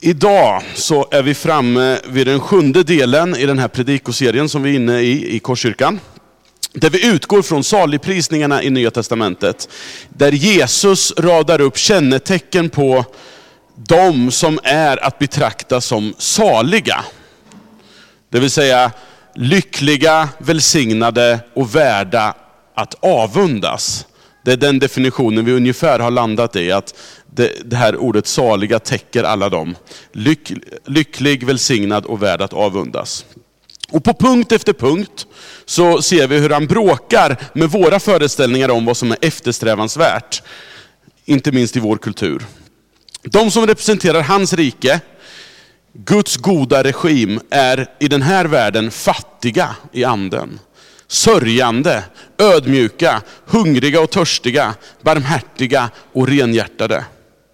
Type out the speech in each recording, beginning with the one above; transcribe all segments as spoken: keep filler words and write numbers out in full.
Idag så är vi framme vid den sjunde delen i den här predikoserien som vi är inne i i Korskyrkan. Där vi utgår från saligprisningarna i Nya Testamentet. Där Jesus radar upp kännetecken på de som är att betrakta som saliga. Det vill säga lyckliga, välsignade och värda att avundas. Det är den definitionen vi ungefär har landat i, att det, det här ordet saliga täcker alla dem. Lyck, lycklig, välsignad och värd att avundas. Och på punkt efter punkt så ser vi hur han bråkar med våra föreställningar om vad som är eftersträvansvärt. Inte minst i vår kultur. De som representerar hans rike, Guds goda regim, är i den här världen fattiga i anden. Sörjande, ödmjuka, hungriga och törstiga, barmhärtiga och renhjärtade.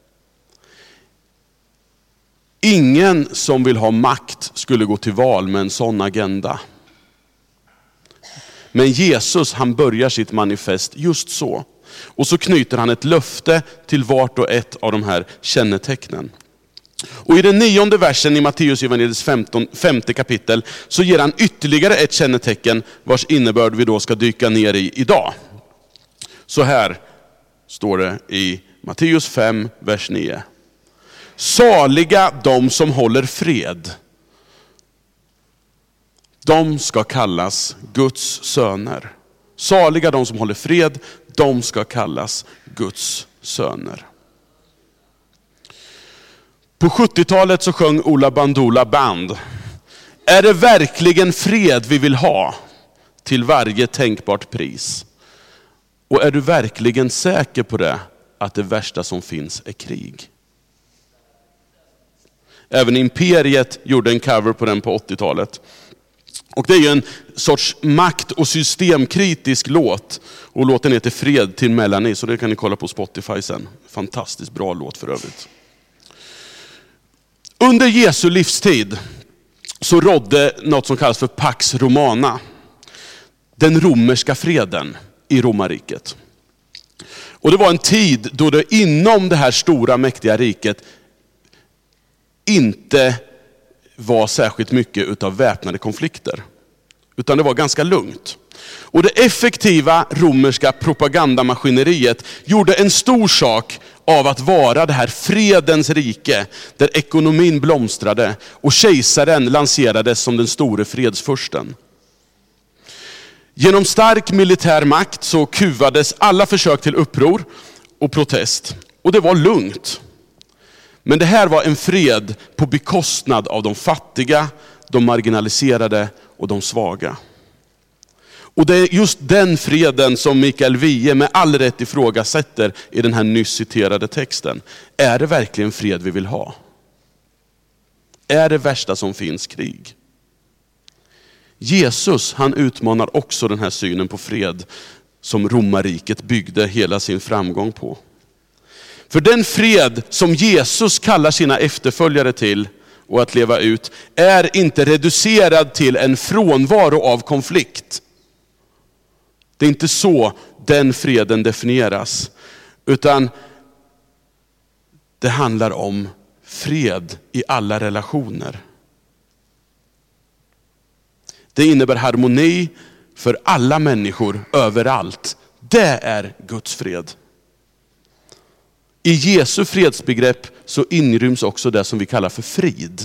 Ingen som vill ha makt skulle gå till val med en sån agenda. Men Jesus, han börjar sitt manifest just så. Och så knyter han ett löfte till vart och ett av de här kännetecknen. Och i den nionde versen i Matteus evangeliets femte kapitel så ger han ytterligare ett kännetecken vars innebörd vi då ska dyka ner i idag. Så här står det i Matteus fem, vers nio. Saliga de som håller fred. De ska kallas Guds söner. Saliga de som håller fred, de ska kallas Guds söner. På sjuttiotalet så sjöng Ola Bandoola Band. Är det verkligen fred vi vill ha till varje tänkbart pris? Och är du verkligen säker på det, att det värsta som finns är krig? Även Imperiet gjorde en cover på den på åttiotalet. Och det är ju en sorts makt- och systemkritisk låt. Och låten heter Fred till Melanie, så det kan ni kolla på Spotify sen. Fantastiskt bra låt för övrigt. Under Jesu livstid så rådde något som kallas för Pax Romana. Den romerska freden i romarriket. Och det var en tid då det inom det här stora mäktiga riket inte var särskilt mycket utav väpnade konflikter. Utan det var ganska lugnt. Och det effektiva romerska propagandamaskineriet gjorde en stor sak av att vara det här fredens rike, där ekonomin blomstrade och kejsaren lanserades som den store fredsfursten. Genom stark militär makt så kuvades alla försök till uppror och protest. Och det var lugnt. Men det här var en fred på bekostnad av de fattiga, de marginaliserade och de svaga. Och det är just den freden som Mikael Wiehe med all rätt ifrågasätter i den här nyss citerade texten. Är det verkligen fred vi vill ha? Är det värsta som finns krig? Jesus, han utmanar också den här synen på fred som romarriket byggde hela sin framgång på. För den fred som Jesus kallar sina efterföljare till och att leva ut är inte reducerad till en frånvaro av konflikt. Det är inte så den freden definieras, utan det handlar om fred i alla relationer. Det innebär harmoni för alla människor överallt. Det är Guds fred. I Jesu fredsbegrepp så inryms också det som vi kallar för frid.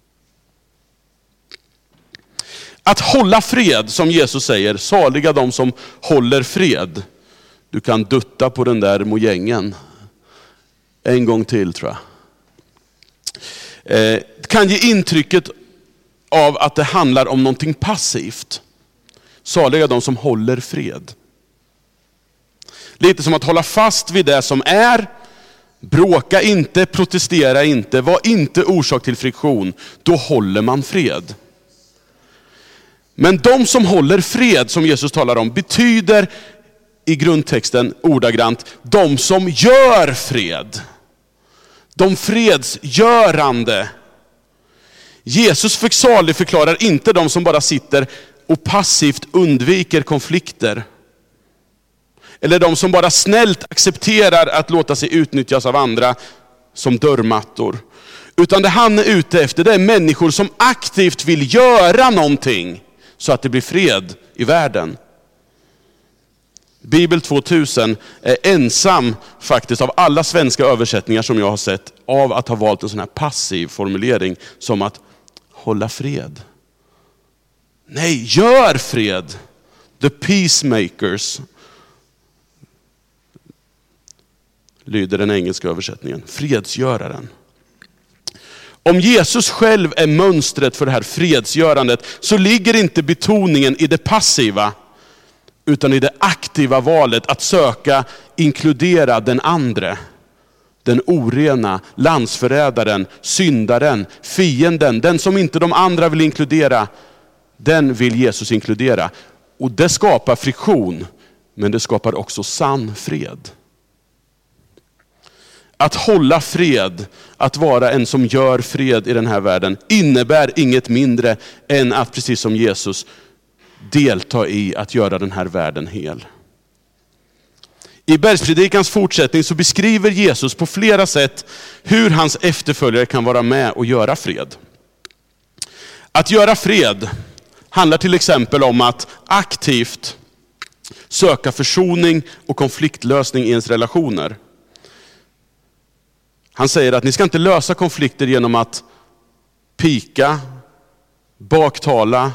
Att hålla fred, som Jesus säger, saliga de som håller fred. Du kan dutta på den där mojängen. En gång till tror jag. Eh, kan ge intrycket av att det handlar om någonting passivt. Saliga de som håller fred. Lite som att hålla fast vid det som är. Bråka inte, protestera inte, var inte orsak till friktion. Då håller man fred. Men de som håller fred, som Jesus talar om, betyder i grundtexten ordagrant de som gör fred. De fredsgörande. Jesus förklarar inte de som bara sitter och passivt undviker konflikter. Eller de som bara snällt accepterar att låta sig utnyttjas av andra som dörrmattor. Utan det han är ute efter, det är människor som aktivt vill göra någonting så att det blir fred i världen. Bibel tvåtusen är ensam faktiskt av alla svenska översättningar som jag har sett av att ha valt en sån här passiv formulering som att hålla fred. Nej, gör fred. The peacemakers lyder den engelska översättningen. Fredsgöraren. Om Jesus själv är mönstret för det här fredsgörandet så ligger inte betoningen i det passiva utan i det aktiva valet att söka inkludera den andre. Den orena, landsförrädaren, syndaren, fienden, den som inte de andra vill inkludera, den vill Jesus inkludera. Och det skapar friktion, men det skapar också sann fred. Att hålla fred, att vara en som gör fred i den här världen, innebär inget mindre än att precis som Jesus delta i att göra den här världen hel. I bergspredikans fortsättning så beskriver Jesus på flera sätt hur hans efterföljare kan vara med och göra fred. Att göra fred handlar till exempel om att aktivt söka försoning och konfliktlösning i ens relationer. Han säger att ni ska inte lösa konflikter genom att pika, baktala,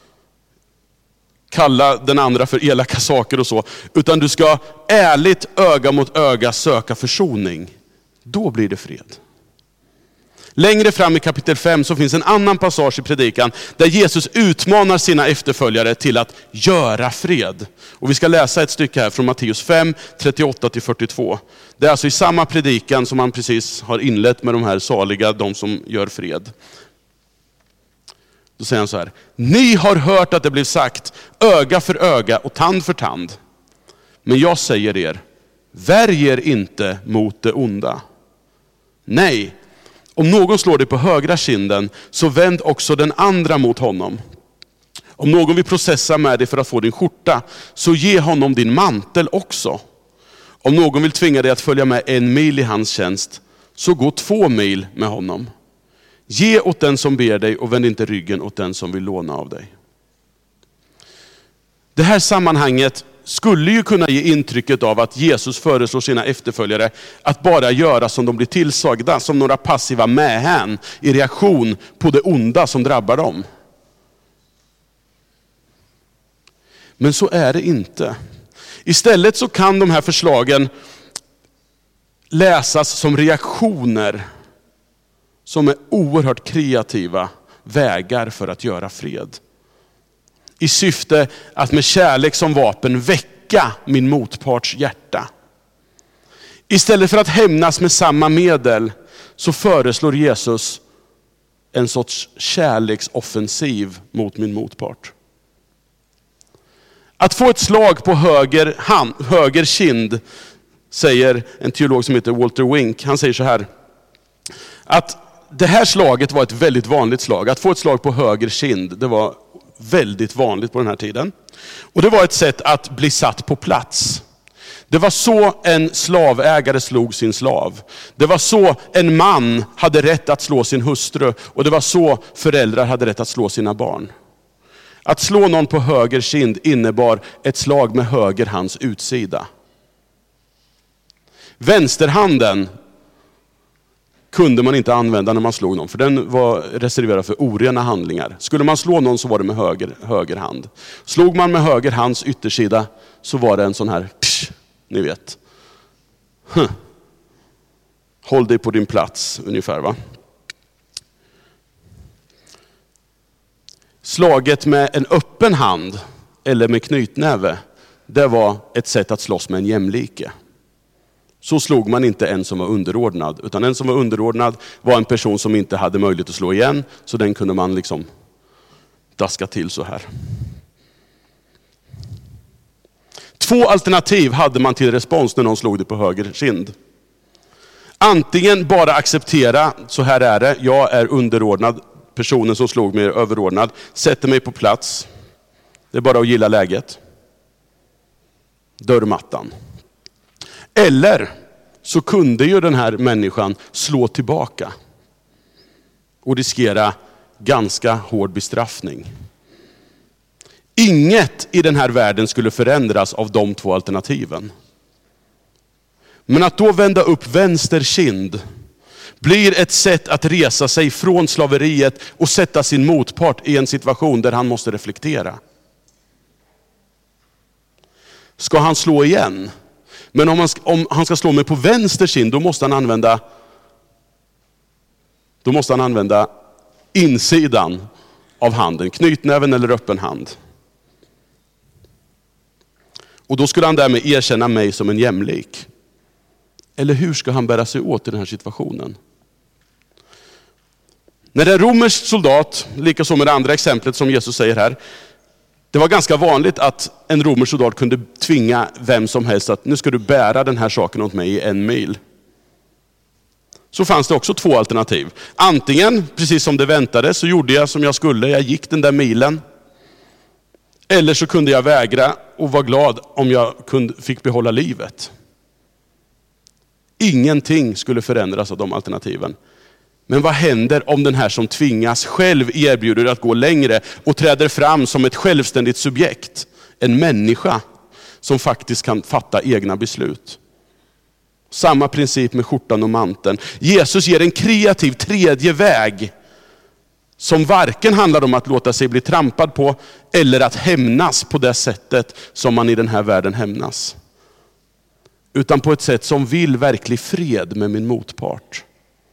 kalla den andra för elaka saker och så. Utan du ska ärligt öga mot öga söka försoning. Då blir det fred. Längre fram i kapitel fem så finns en annan passage i predikan där Jesus utmanar sina efterföljare till att göra fred. Och vi ska läsa ett stycke här från Matteus fem, trettioåtta till fyrtiotvå. Det är alltså i samma predikan som man precis har inlett med de här saliga, de som gör fred. Då säger han så här: ni har hört att det blev sagt öga för öga och tand för tand. Men jag säger er, värj er inte mot det onda. Nej, om någon slår dig på högra kinden så vänd också den andra mot honom. Om någon vill processa med dig för att få din skjorta så ge honom din mantel också. Om någon vill tvinga dig att följa med en mil i hans tjänst så gå två mil med honom. Ge åt den som ber dig och vänd inte ryggen åt den som vill låna av dig. Det här sammanhanget skulle ju kunna ge intrycket av att Jesus föreslår sina efterföljare att bara göra som de blir tillsagda, som några passiva mähän i reaktion på det onda som drabbar dem. Men så är det inte. Istället så kan de här förslagen läsas som reaktioner som är oerhört kreativa vägar för att göra fred. I syfte att med kärlek som vapen väcka min motparts hjärta. Istället för att hämnas med samma medel så föreslår Jesus en sorts kärleksoffensiv mot min motpart. Att få ett slag på höger, hand, höger kind, säger en teolog som heter Walter Wink. Han säger så här, att det här slaget var ett väldigt vanligt slag. Att få ett slag på höger kind, det var väldigt vanligt på den här tiden. Och det var ett sätt att bli satt på plats. Det var så en slavägare slog sin slav. Det var så en man hade rätt att slå sin hustru. Och det var så föräldrar hade rätt att slå sina barn. Att slå någon på höger kind innebar ett slag med höger hands utsida. Vänsterhanden kunde man inte använda när man slog någon, för den var reserverad för orena handlingar. Skulle man slå någon så var det med höger, höger hand. Slog man med höger hands yttersida så var det en sån här, psh, ni vet. Huh. Håll dig på din plats ungefär, va? Slaget med en öppen hand eller med knytnäve, det var ett sätt att slåss med en jämlike. Så slog man inte en som var underordnad, utan en som var underordnad var en person som inte hade möjlighet att slå igen, så den kunde man liksom daska till så här. Två alternativ hade man till respons när någon slog det på höger kind. Antingen bara acceptera, så här är det, jag är underordnad, personen som slog mig är överordnad, sätter mig på plats, det är bara att gilla läget. Dörrmattan. Eller så kunde ju den här människan slå tillbaka. och riskera ganska hård bestraffning. Inget i den här världen skulle förändras av de två alternativen. Men att då vända upp vänster kind blir ett sätt att resa sig från slaveriet och sätta sin motpart i en situation där han måste reflektera. Ska han slå igen? Men om han, om han ska slå mig på vänster kind, då måste han använda då måste han använda insidan av handen, knytnäven eller öppen hand. Och då skulle han därmed erkänna mig som en jämlik. Eller hur ska han bära sig åt i den här situationen? När en romersk soldat, lika som med det andra exemplet som Jesus säger här, det var ganska vanligt att en romersk soldat kunde tvinga vem som helst att nu ska du bära den här saken åt mig i en mil. Så fanns det också två alternativ. Antingen, precis som det väntade, så gjorde jag som jag skulle, jag gick den där milen. Eller så kunde jag vägra och vara glad om jag kunde, fick behålla livet. Ingenting skulle förändras av de alternativen. Men vad händer om den här som tvingas själv erbjuder att gå längre och träder fram som ett självständigt subjekt? En människa som faktiskt kan fatta egna beslut. Samma princip med skjortan och manteln. Jesus ger en kreativ tredje väg som varken handlar om att låta sig bli trampad på eller att hämnas på det sättet som man i den här världen hämnas. Utan på ett sätt som vill verklig fred med min motpart.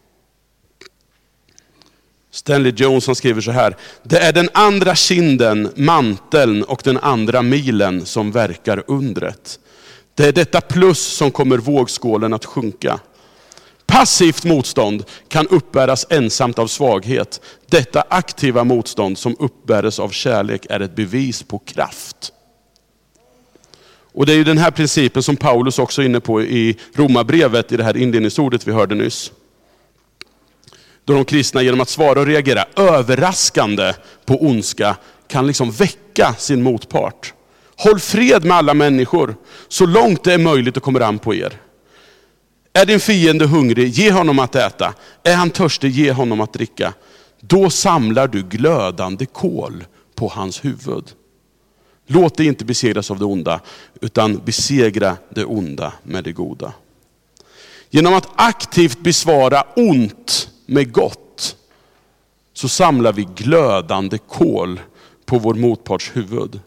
Stanley Jones han skriver så här: det är den andra kinden, manteln och den andra milen som verkar undret. Det är detta plus som kommer vågskålen att sjunka. Passivt motstånd kan uppbäras ensamt av svaghet. Detta aktiva motstånd som uppbäres av kärlek är ett bevis på kraft. Och det är ju den här principen som Paulus också är inne på i Romarbrevet, i det här inledningsordet vi hörde nyss. Då de kristna genom att svara och reagera överraskande på ondska kan liksom väcka sin motpart. Håll fred med alla människor så långt det är möjligt och kommer an på er. Är din fiende hungrig, ge honom att äta. Är han törstig, ge honom att dricka. Då samlar du glödande kol på hans huvud. Låt dig inte besegras av det onda, utan besegra det onda med det goda. Genom att aktivt besvara ont med gott så samlar vi glödande kol på vår motparts huvud.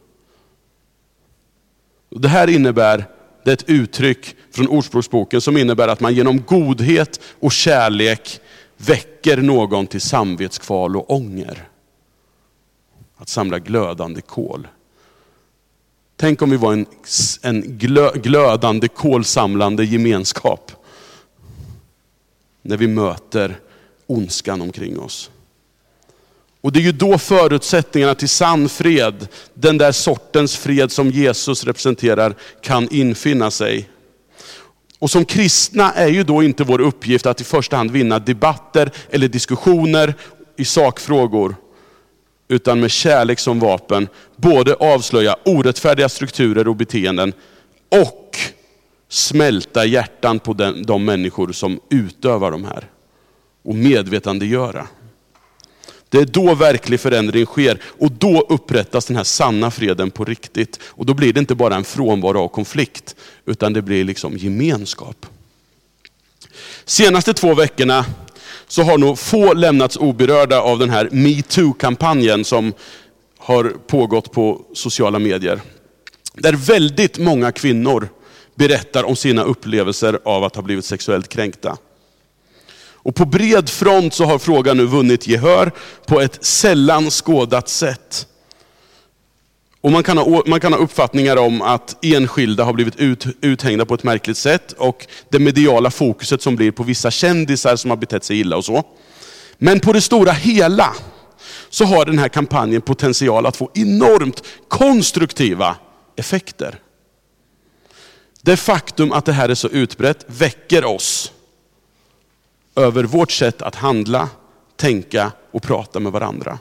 Det här innebär, det är ett uttryck från Ordspråksboken som innebär att man genom godhet och kärlek väcker någon till samvetskval och ånger. Att samla glödande kol. Tänk om vi var en, en glö, glödande kolsamlande gemenskap. När vi möter ondskan omkring oss. Och det är ju då förutsättningarna till sann fred, den där sortens fred som Jesus representerar, kan infinna sig. Och som kristna är ju då inte vår uppgift att i första hand vinna debatter eller diskussioner i sakfrågor. Utan med kärlek som vapen både avslöja orättfärdiga strukturer och beteenden och smälta hjärtan på den, de människor som utövar de här. Och medvetandegöra. Det är då verklig förändring sker och då upprättas den här sanna freden på riktigt. Och då blir det inte bara en frånvaro av konflikt utan det blir liksom gemenskap. Senaste två veckorna så har nog få lämnats oberörda av den här Me Too-kampanjen som har pågått på sociala medier. Där väldigt många kvinnor berättar om sina upplevelser av att ha blivit sexuellt kränkta. Och på bred front så har frågan nu vunnit gehör på ett sällan skådat sätt. Och man kan ha, man kan ha uppfattningar om att enskilda har blivit ut, uthängda på ett märkligt sätt. Och det mediala fokuset som blir på vissa kändisar som har betett sig illa och så. Men på det stora hela så har den här kampanjen potential att få enormt konstruktiva effekter. Det faktum att det här är så utbrett väcker oss över vårt sätt att handla, tänka och prata med varandra.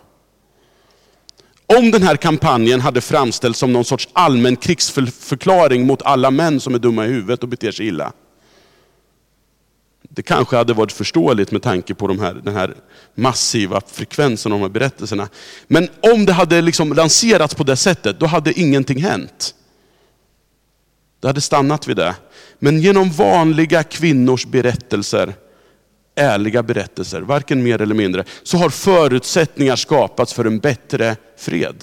Om den här kampanjen hade framställts som någon sorts allmän krigsförklaring mot alla män som är dumma i huvudet och beter sig illa, Det kanske hade varit förståeligt med tanke på de här, den här massiva frekvensen av de här berättelserna. Men om det hade liksom lanserats på det sättet, då hade ingenting hänt. Det hade stannat vid det. Men genom vanliga kvinnors berättelser, ärliga berättelser, varken mer eller mindre, så har förutsättningar skapats för en bättre fred.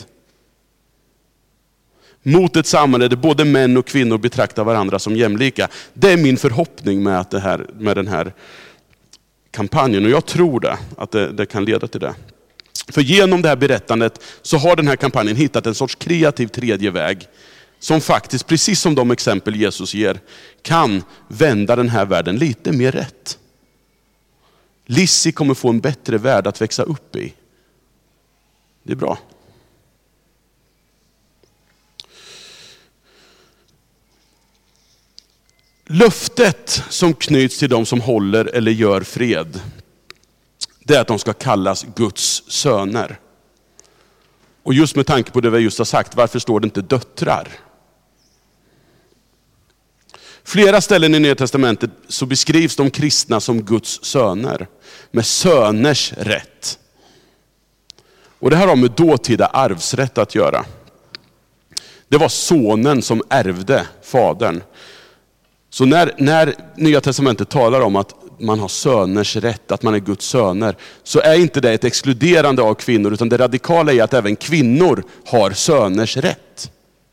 Mot ett samhälle där både män och kvinnor betraktar varandra som jämlika. Det är min förhoppning med, att det här, med den här kampanjen. Och jag tror det, att det, det kan leda till det. För genom det här berättandet så har den här kampanjen hittat en sorts kreativ tredje väg. Som faktiskt, precis som de exempel Jesus ger, kan vända den här världen lite mer rätt. Lissi kommer få en bättre värld att växa upp i. Det är bra. Löftet som knyts till de som håller eller gör fred, det är att de ska kallas Guds söner. Och just med tanke på det vi just har sagt, varför står det inte döttrar? Flera ställen i Nya testamentet så beskrivs de kristna som Guds söner, med söners rätt. Och det här har med dåtida arvsrätt att göra. Det var sonen som ärvde fadern. Så när, när Nya testamentet talar om att man har söners rätt, att man är Guds söner, så är inte det ett exkluderande av kvinnor, utan det radikala är att även kvinnor har söners rätt.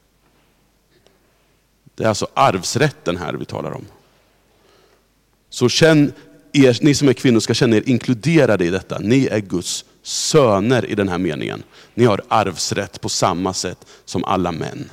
Det är alltså arvsrätten här vi talar om. Så känn er, ni som är kvinnor ska känna er inkluderade i detta. Ni är Guds söner i den här meningen. Ni har arvsrätt på samma sätt som alla män.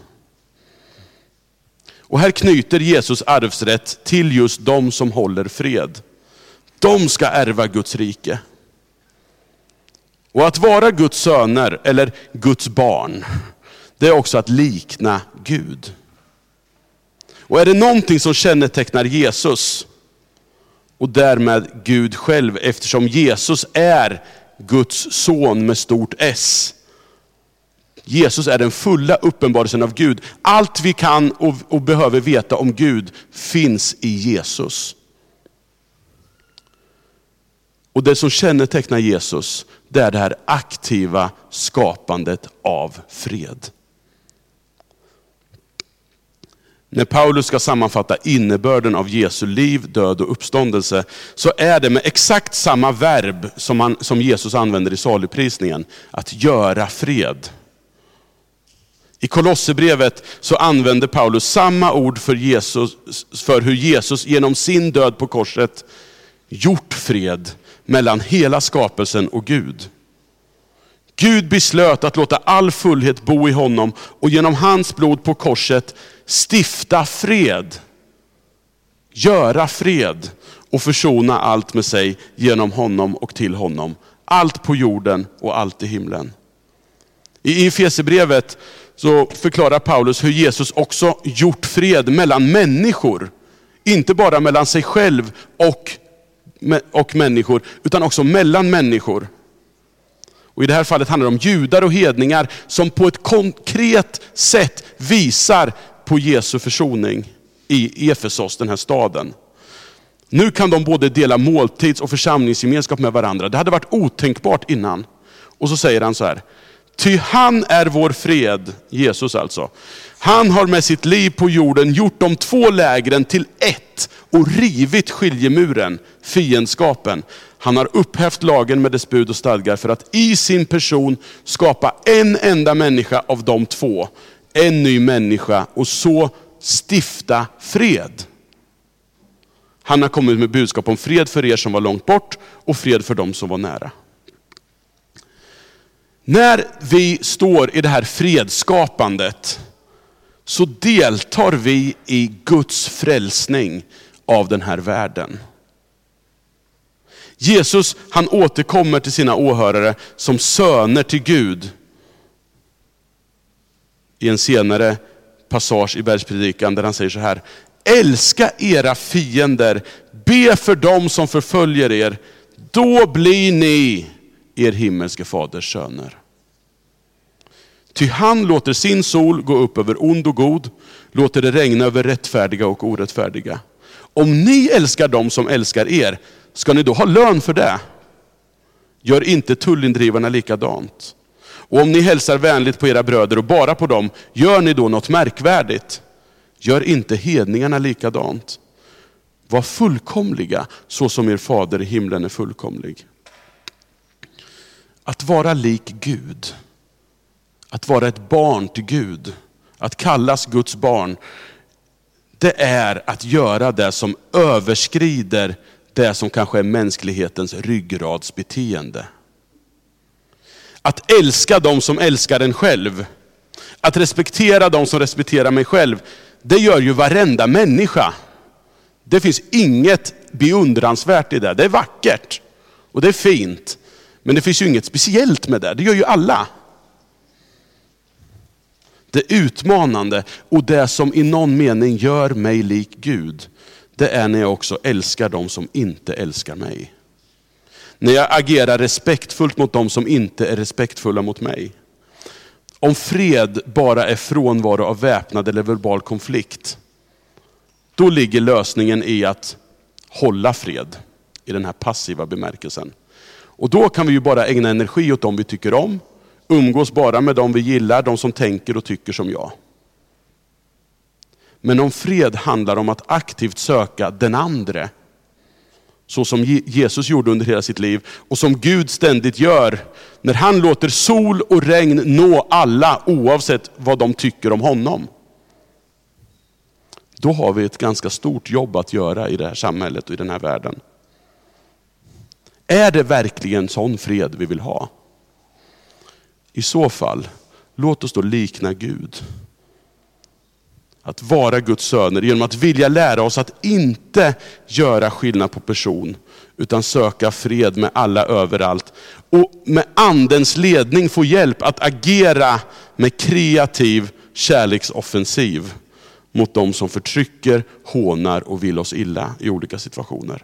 Och här knyter Jesus arvsrätt till just de som håller fred. De ska ärva Guds rike. Och att vara Guds söner eller Guds barn, det är också att likna Gud. Och är det någonting som kännetecknar Jesus och därmed Gud själv, eftersom Jesus är Guds son med stort S. Jesus är den fulla uppenbarelsen av Gud. Allt vi kan och, och behöver veta om Gud finns i Jesus. Och det som kännetecknar Jesus, det är det här aktiva skapandet av fred. När Paulus ska sammanfatta innebörden av Jesu liv, död och uppståndelse, så är det med exakt samma verb som, man, som Jesus använder i saligprisningen, att göra fred. I Kolosserbrevet så använder Paulus samma ord för, Jesus, för hur Jesus genom sin död på korset gjort fred mellan hela skapelsen och Gud. Gud beslöt att låta all fullhet bo i honom och genom hans blod på korset stifta fred, göra fred och försona allt med sig genom honom och till honom. Allt på jorden och allt i himlen. I Efesierbrevet så förklarar Paulus hur Jesus också gjort fred mellan människor. Inte bara mellan sig själv och, och människor, utan också mellan människor. Och i det här fallet handlar det om judar och hedningar som på ett konkret sätt visar på Jesu försoning i Efesos, den här staden. Nu kan de både dela måltids- och församlingsgemenskap med varandra. Det hade varit otänkbart innan. Och så säger han så här: ty han är vår fred, Jesus alltså. Han har med sitt liv på jorden gjort de två lägren till ett och rivit skiljemuren, fiendskapen. Han har upphävt lagen med dess bud och stadgar för att i sin person skapa en enda människa av de två. En ny människa och så stifta fred. Han har kommit med budskap om fred för er som var långt bort och fred för dem som var nära. När vi står i det här fredskapandet så deltar vi i Guds frälsning av den här världen. Jesus, han återkommer till sina åhörare som söner till Gud. I en senare passage i bergspredikan där han säger så här: älska era fiender, be för dem som förföljer er, då blir ni er himmelske faders söner. Ty han låter sin sol gå upp över ond och god, låter det regna över rättfärdiga och orättfärdiga. Om ni älskar dem som älskar er, ska ni då ha lön för det? Gör inte tullindrivarna likadant? Och om ni hälsar vänligt på era bröder och bara på dem, gör ni då något märkvärdigt? Gör inte hedningarna likadant? Var fullkomliga så som er fader i himlen är fullkomlig. Att vara lik Gud, att vara ett barn till Gud, att kallas Guds barn, det är att göra det som överskrider det som kanske är mänsklighetens ryggradsbeteende. Att älska dem som älskar en själv, att respektera dem som respekterar mig själv, det gör ju varenda människa. Det finns inget beundransvärt i det. Det är vackert och det är fint. Men det finns ju inget speciellt med det. Det gör ju alla. Det utmanande och det som i någon mening gör mig lik Gud, det är när jag också älskar dem som inte älskar mig. När jag agerar respektfullt mot dem som inte är respektfulla mot mig. Om fred bara är frånvaro av väpnad eller verbal konflikt, då ligger lösningen i att hålla fred i den här passiva bemärkelsen. Och då kan vi ju bara ägna energi åt dem vi tycker om, umgås bara med dem vi gillar, de som tänker och tycker som jag. Men om fred handlar om att aktivt söka den andre, så som Jesus gjorde under hela sitt liv och som Gud ständigt gör när han låter sol och regn nå alla oavsett vad de tycker om honom. Då har vi ett ganska stort jobb att göra i det här samhället och i den här världen. Är det verkligen sån fred vi vill ha? I så fall, låt oss då likna Gud. Att vara Guds söner genom att vilja lära oss att inte göra skillnad på person, utan söka fred med alla överallt. Och med andens ledning få hjälp att agera med kreativ kärleksoffensiv mot de som förtrycker, hånar och vill oss illa i olika situationer.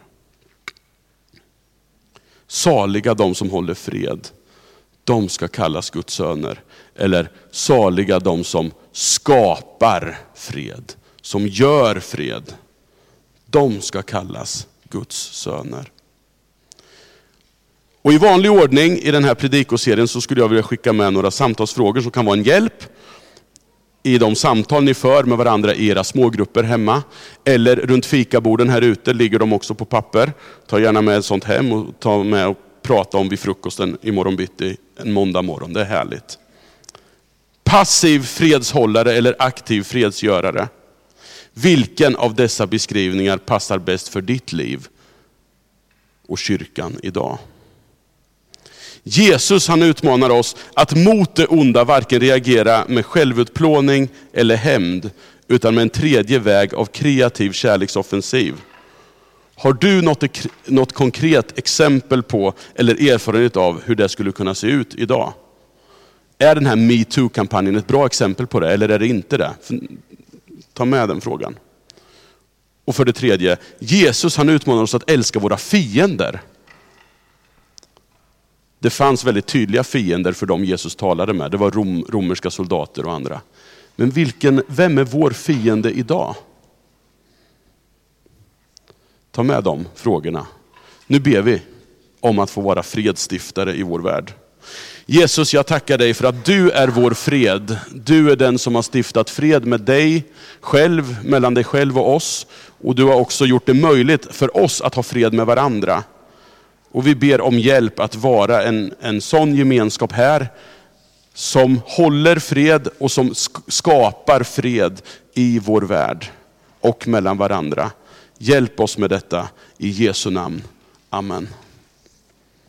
Saliga de som håller fred, de ska kallas Guds söner. Eller saliga de som skapar fred, som gör fred. De ska kallas Guds söner. Och i vanlig ordning i den här predikoserien så skulle jag vilja skicka med några samtalsfrågor som kan vara en hjälp i de samtal ni för med varandra i era smågrupper hemma. Eller runt fikaborden här ute ligger de också på papper. Ta gärna med ett sånt hem och ta med och prata om vid frukosten imorgon bitti, en måndag morgon. Det är härligt. Passiv fredshållare eller aktiv fredsgörare. Vilken av dessa beskrivningar passar bäst för ditt liv och kyrkan idag? Jesus han utmanar oss att mot det onda varken reagera med självutplåning eller hämnd, utan med en tredje väg av kreativ kärleksoffensiv. Har du något, något konkret exempel på eller erfarenhet av hur det skulle kunna se ut idag? Är den här MeToo-kampanjen ett bra exempel på det eller är det inte det? Ta med den frågan. Och för det tredje, Jesus han utmanar oss att älska våra fiender. Det fanns väldigt tydliga fiender för dem Jesus talade med. Det var rom, romerska soldater och andra. Men vilken, vem är vår fiende idag? Ta med de frågorna. Nu ber vi om att få vara fredsstiftare i vår värld. Jesus, jag tackar dig för att du är vår fred. Du är den som har stiftat fred med dig själv, mellan dig själv och oss. Och du har också gjort det möjligt för oss att ha fred med varandra. Och vi ber om hjälp att vara en, en sån gemenskap här som håller fred och som skapar fred i vår värld och mellan varandra. Hjälp oss med detta i Jesu namn. Amen.